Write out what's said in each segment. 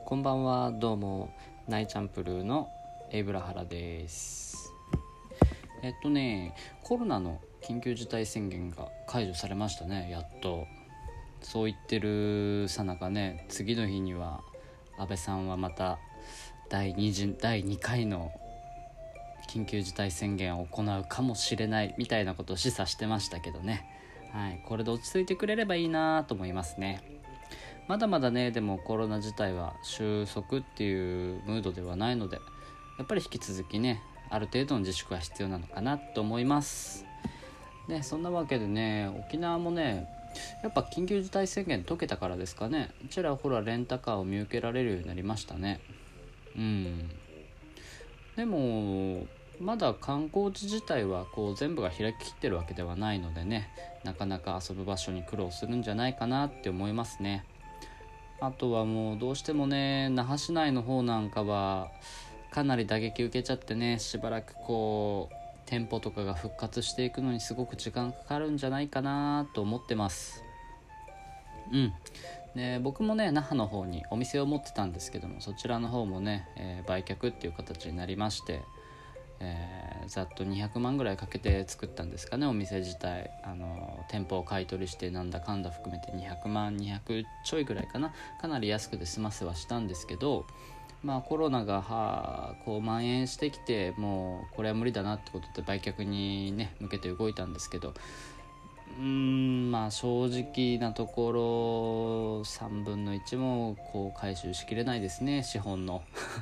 こんばんは。どうもナイチャンプルーのエイブラハラです。コロナの緊急事態宣言が解除されましたね。やっと。そう言ってるさなかね、次の日には安倍さんはまた第2回の緊急事態宣言を行うかもしれないみたいなことを示唆してましたけどね。はい、これで落ち着いてくれればいいなと思いますね。まだまだね、でもコロナ自体は収束っていうムードではないので、やっぱり引き続きね、ある程度の自粛は必要なのかなと思います。で、そんなわけでね、沖縄もね、やっぱ緊急事態宣言解けたからですかね、ちらほらレンタカーを見受けられるようになりましたね。でもまだ観光地自体は全部が開ききってるわけではないのでね、なかなか遊ぶ場所に苦労するんじゃないかなって思いますね。あとはもうどうしてもね、那覇市内の方なんかはかなり打撃受けちゃってね、しばらく店舗とかが復活していくのにすごく時間かかるんじゃないかなと思ってます。で、僕もね、那覇の方にお店を持ってたんですけども、そちらの方もね、売却っていう形になりまして、ざっと200万ぐらいかけて作ったんですかね、お店自体。店舗を買い取りしてなんだかんだ含めて200万200ちょいぐらいかな、かなり安くで済ませはしたんですけど、コロナが蔓延してきて、もうこれは無理だなってことで売却にね向けて動いたんですけど、正直なところ3分の1も回収しきれないですね、資本の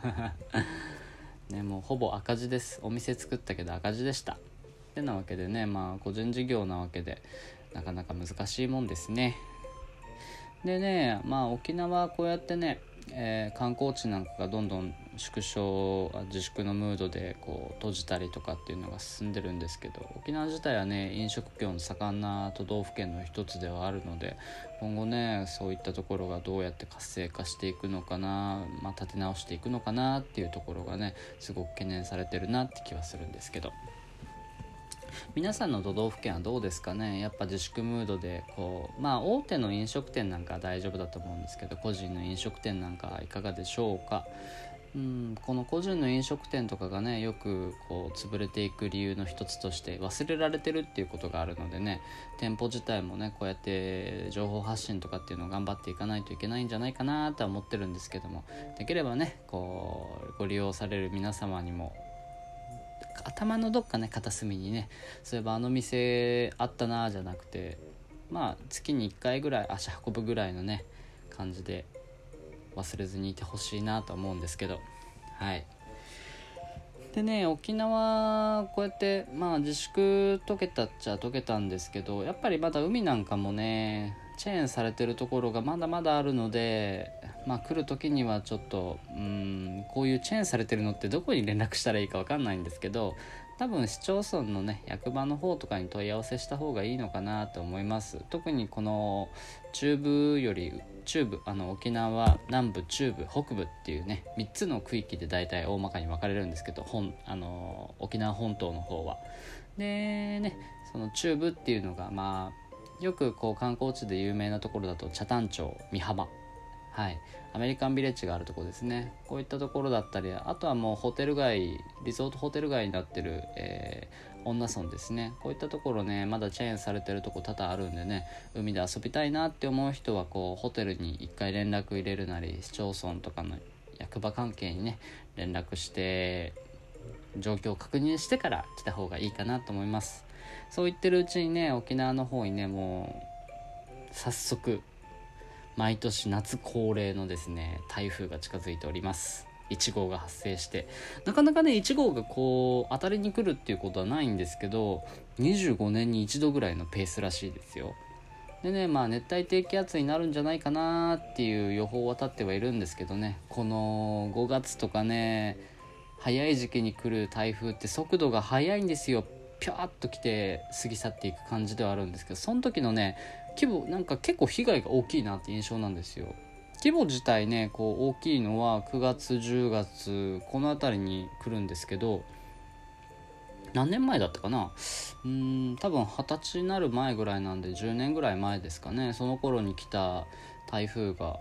ね、もうほぼ赤字です。お店作ったけど赤字でした。ってなわけでね、個人事業なわけでなかなか難しいもんですね。でね、沖縄はこうやってね、観光地なんかがどんどん自粛のムードで閉じたりとかっていうのが進んでるんですけど、沖縄自体はね、飲食業の盛んな都道府県の一つではあるので、今後ね、そういったところがどうやって活性化していくのかな、立て直していくのかなっていうところがね、すごく懸念されてるなって気はするんですけど、皆さんの都道府県はどうですかね。やっぱ自粛ムードで大手の飲食店なんかは大丈夫だと思うんですけど、個人の飲食店なんかはいかがでしょうか。この個人の飲食店とかがね、よく潰れていく理由の一つとして忘れられてるっていうことがあるのでね、店舗自体もね、こうやって情報発信とかっていうのを頑張っていかないといけないんじゃないかなとは思ってるんですけども、できればね、ご利用される皆様にも頭のどっかね、片隅にね、そういえばあの店あったなじゃなくて、月に1回ぐらい足運ぶぐらいのね感じで忘れずにいてほしいなと思うんですけど、はい。でね、沖縄こうやって自粛解けたっちゃ解けたんですけど、やっぱりまだ海なんかもねチェーンされてるところがまだまだあるので、来る時にはちょっとこういうチェーンされてるのってどこに連絡したらいいか分かんないんですけど、多分市町村のね役場の方とかに問い合わせした方がいいのかなと思います。特にこの中部より沖縄南部中部北部っていうね3つの区域で大体大まかに分かれるんですけど、沖縄本島の方はでね、その中部っていうのがよく観光地で有名なところだと北谷町、美浜、はい、アメリカンビレッジがあるところですね。こういったところだったり、あとはもうリゾートホテル街になってる、恩納村ですね。こういったところね、まだチェーンされてるとこ多々あるんでね、海で遊びたいなって思う人はホテルに一回連絡入れるなり、市町村とかの役場関係にね連絡して状況を確認してから来た方がいいかなと思います。そう言ってるうちにね、沖縄の方にね、もう早速毎年夏恒例のですね台風が近づいております。1号が発生して、なかなかね1号が当たりに来るっていうことはないんですけど、25年に一度ぐらいのペースらしいですよ。でね、熱帯低気圧になるんじゃないかなっていう予報は立ってはいるんですけどね、この5月とかね、早い時期に来る台風って速度が速いんですよ。ピャーッと来て過ぎ去っていく感じではあるんですけど、その時のね規模なんか結構被害が大きいなって印象なんですよ。規模自体ね大きいのは9月10月この辺りに来るんですけど、何年前だったかな、多分20歳になる前ぐらいなんで10年ぐらい前ですかね。その頃に来た台風が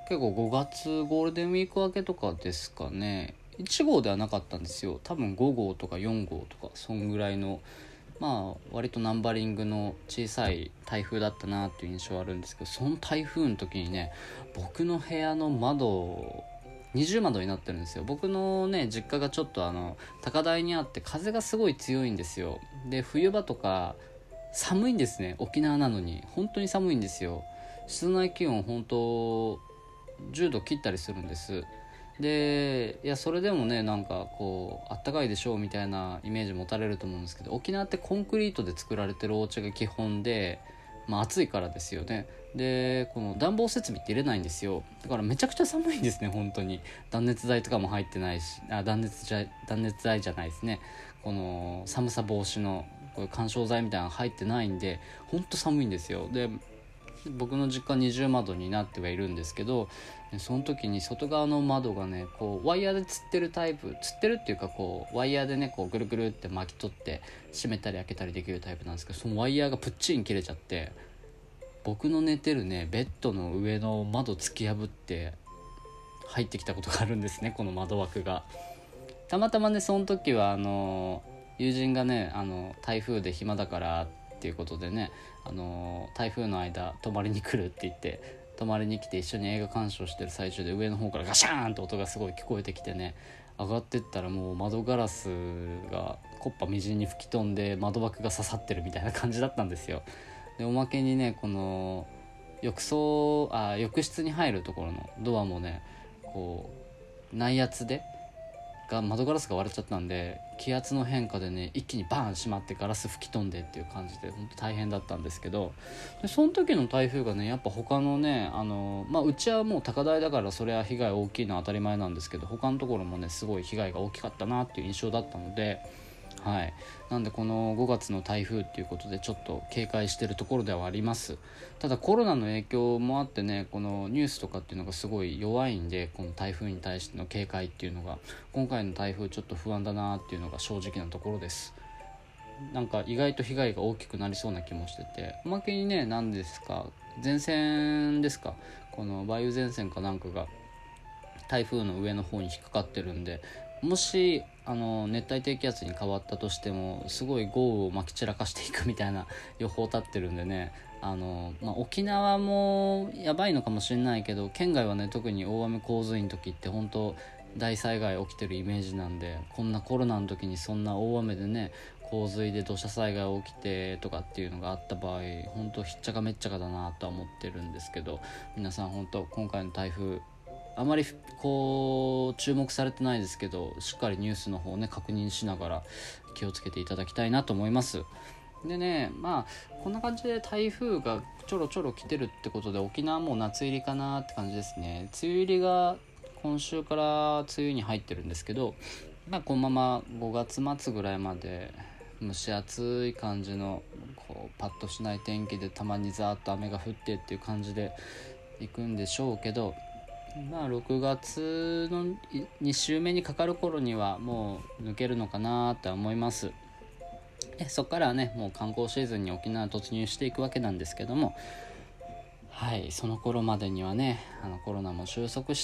結構5月ゴールデンウィーク明けとかですかね、1号ではなかったんですよ。多分5号とか4号とかそんぐらいの、割とナンバリングの小さい台風だったなっていう印象はあるんですけど、その台風の時にね、僕の部屋の窓二重窓になってるんですよ。僕のね実家がちょっと高台にあって風がすごい強いんですよ。で冬場とか寒いんですね。沖縄なのに本当に寒いんですよ。室内気温本当10度切ったりするんです。でいやそれでもねなんかこうあったかいでしょうみたいなイメージ持たれると思うんですけど、沖縄ってコンクリートで作られてるお家が基本で、暑いからですよね。でこの暖房設備って入れないんですよ。だからめちゃくちゃ寒いんですね。本当に断熱材とかも入ってないし、断熱材じゃないですね、この寒さ防止のこういう緩衝材みたいなの入ってないんで本当寒いんですよ。で僕の実家二重窓になってはいるんですけど、その時に外側の窓がねこうワイヤーでつってるタイプ、つってるっていうかこうワイヤーでねこうぐるぐるって巻き取って閉めたり開けたりできるタイプなんですけど、そのワイヤーがプッチン切れちゃって、僕の寝てるねベッドの上の窓突き破って入ってきたことがあるんですね、この窓枠が。たまたまねその時は友人がね台風で暇だからっていうことでね台風の間泊まりに来るって言って泊まりに来て一緒に映画鑑賞してる最中で上の方からガシャーンと音がすごい聞こえてきてね、上がってったらもう窓ガラスが木っ端みじんに吹き飛んで窓枠が刺さってるみたいな感じだったんですよ。でおまけにねこの浴室に入るところのドアもねこう内圧で窓ガラスが割れちゃったんで、気圧の変化でね一気にバーン閉まってガラス吹き飛んでっていう感じで本当大変だったんですけど、でその時の台風がねやっぱ他のねうちはもう高台だからそれは被害大きいのは当たり前なんですけど、他のところもねすごい被害が大きかったなっていう印象だったので、なんでこの5月の台風っていうことでちょっと警戒してるところではあります。ただコロナの影響もあってねこのニュースとかっていうのがすごい弱いんで、この台風に対しての警戒っていうのが今回の台風ちょっと不安だなっていうのが正直なところです。なんか意外と被害が大きくなりそうな気もしてて、おまけにね何ですか前線ですか、この梅雨前線かなんかが台風の上の方に引っかかってるんで、もし熱帯低気圧に変わったとしてもすごい豪雨をまき散らかしていくみたいな予報立ってるんでね、沖縄もやばいのかもしれないけど県外はね特に大雨洪水の時って本当大災害起きてるイメージなんで、こんなコロナの時にそんな大雨でね洪水で土砂災害起きてとかっていうのがあった場合本当ひっちゃかめっちゃかだなとは思ってるんですけど、皆さん本当今回の台風あまりこう注目されてないですけどしっかりニュースの方ね確認しながら気をつけていただきたいなと思います。でねこんな感じで台風がちょろちょろ来てるってことで沖縄も夏入りかなって感じですね。梅雨入りが今週から梅雨に入ってるんですけど、このまま5月末ぐらいまで蒸し暑い感じのこうパッとしない天気でたまにザーッと雨が降ってっていう感じで行くんでしょうけど、6月の2週目にかかる頃にはもう抜けるのかなとは思います。でそこからはねもう観光シーズンに沖縄突入していくわけなんですけども、その頃までにはねコロナも収束して、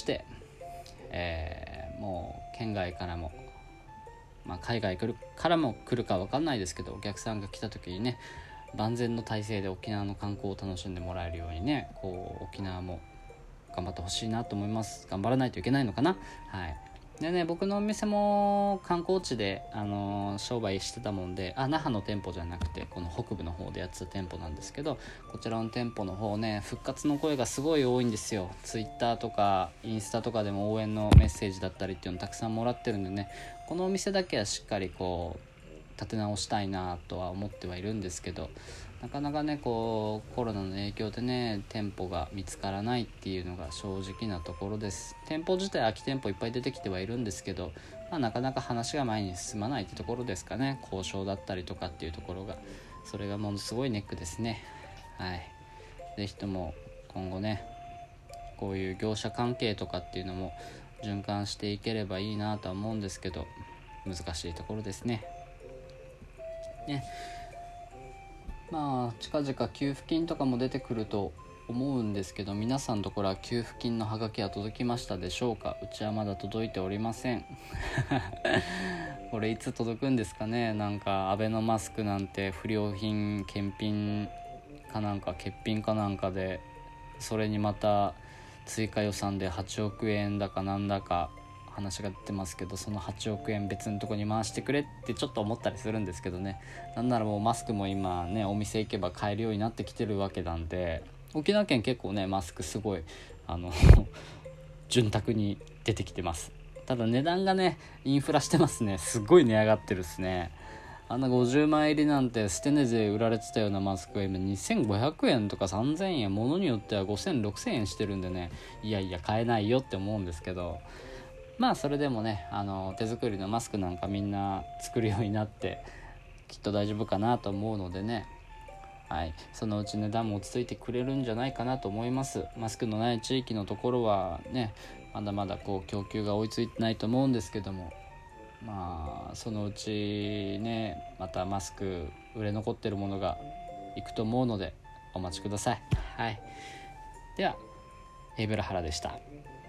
もう県外からも、海外からも来るか分かんないですけどお客さんが来た時にね万全の体制で沖縄の観光を楽しんでもらえるようにねこう沖縄も頑張ってほしいなと思います。頑張らないといけないのかな。でね僕のお店も観光地で、商売してたもんで那覇の店舗じゃなくてこの北部の方でやってた店舗なんですけど、こちらの店舗の方ね復活の声がすごい多いんですよ。ツイッターとかインスタとかでも応援のメッセージだったりっていうのたくさんもらってるんでね、このお店だけはしっかりこう立て直したいなとは思ってはいるんですけど、なかなかねこうコロナの影響でね店舗が見つからないっていうのが正直なところです。店舗自体空き店舗いっぱい出てきてはいるんですけど、なかなか話が前に進まないってところですかね。交渉だったりとかっていうところがそれがものすごいネックですね。ぜひとも今後ねこういう業者関係とかっていうのも循環していければいいなとは思うんですけど難しいところですね。近々給付金とかも出てくると思うんですけど、皆さんのところは給付金のハガキは届きましたでしょうか？うちはまだ届いておりませんこれいつ届くんですかね。なんかアベノマスクなんて不良品欠品かなんかで、それにまた追加予算で8億円だかなんだか話が出てますけど、その8億円別のとこに回してくれってちょっと思ったりするんですけどね。なんならもうマスクも今ね、お店行けば買えるようになってきてるわけなんで、沖縄県結構ねマスクすごい潤沢に出てきてます。ただ値段がねインフラしてますね。すごい値上がってるっすね。あんな50枚入りなんて捨て値で売られてたようなマスクが今2500円とか3000円、ものによっては5000、6000円してるんでね、いやいや買えないよって思うんですけど、まあそれでもね手作りのマスクなんかみんな作るようになってきっと大丈夫かなと思うのでね、はい、そのうち値段も落ち着いてくれるんじゃないかなと思います。マスクのない地域のところはね、まだまだこう供給が追いついてないと思うんですけども、まあそのうちねまたマスク売れ残ってるものがいくと思うのでお待ちください。はい、ではブラハラでした。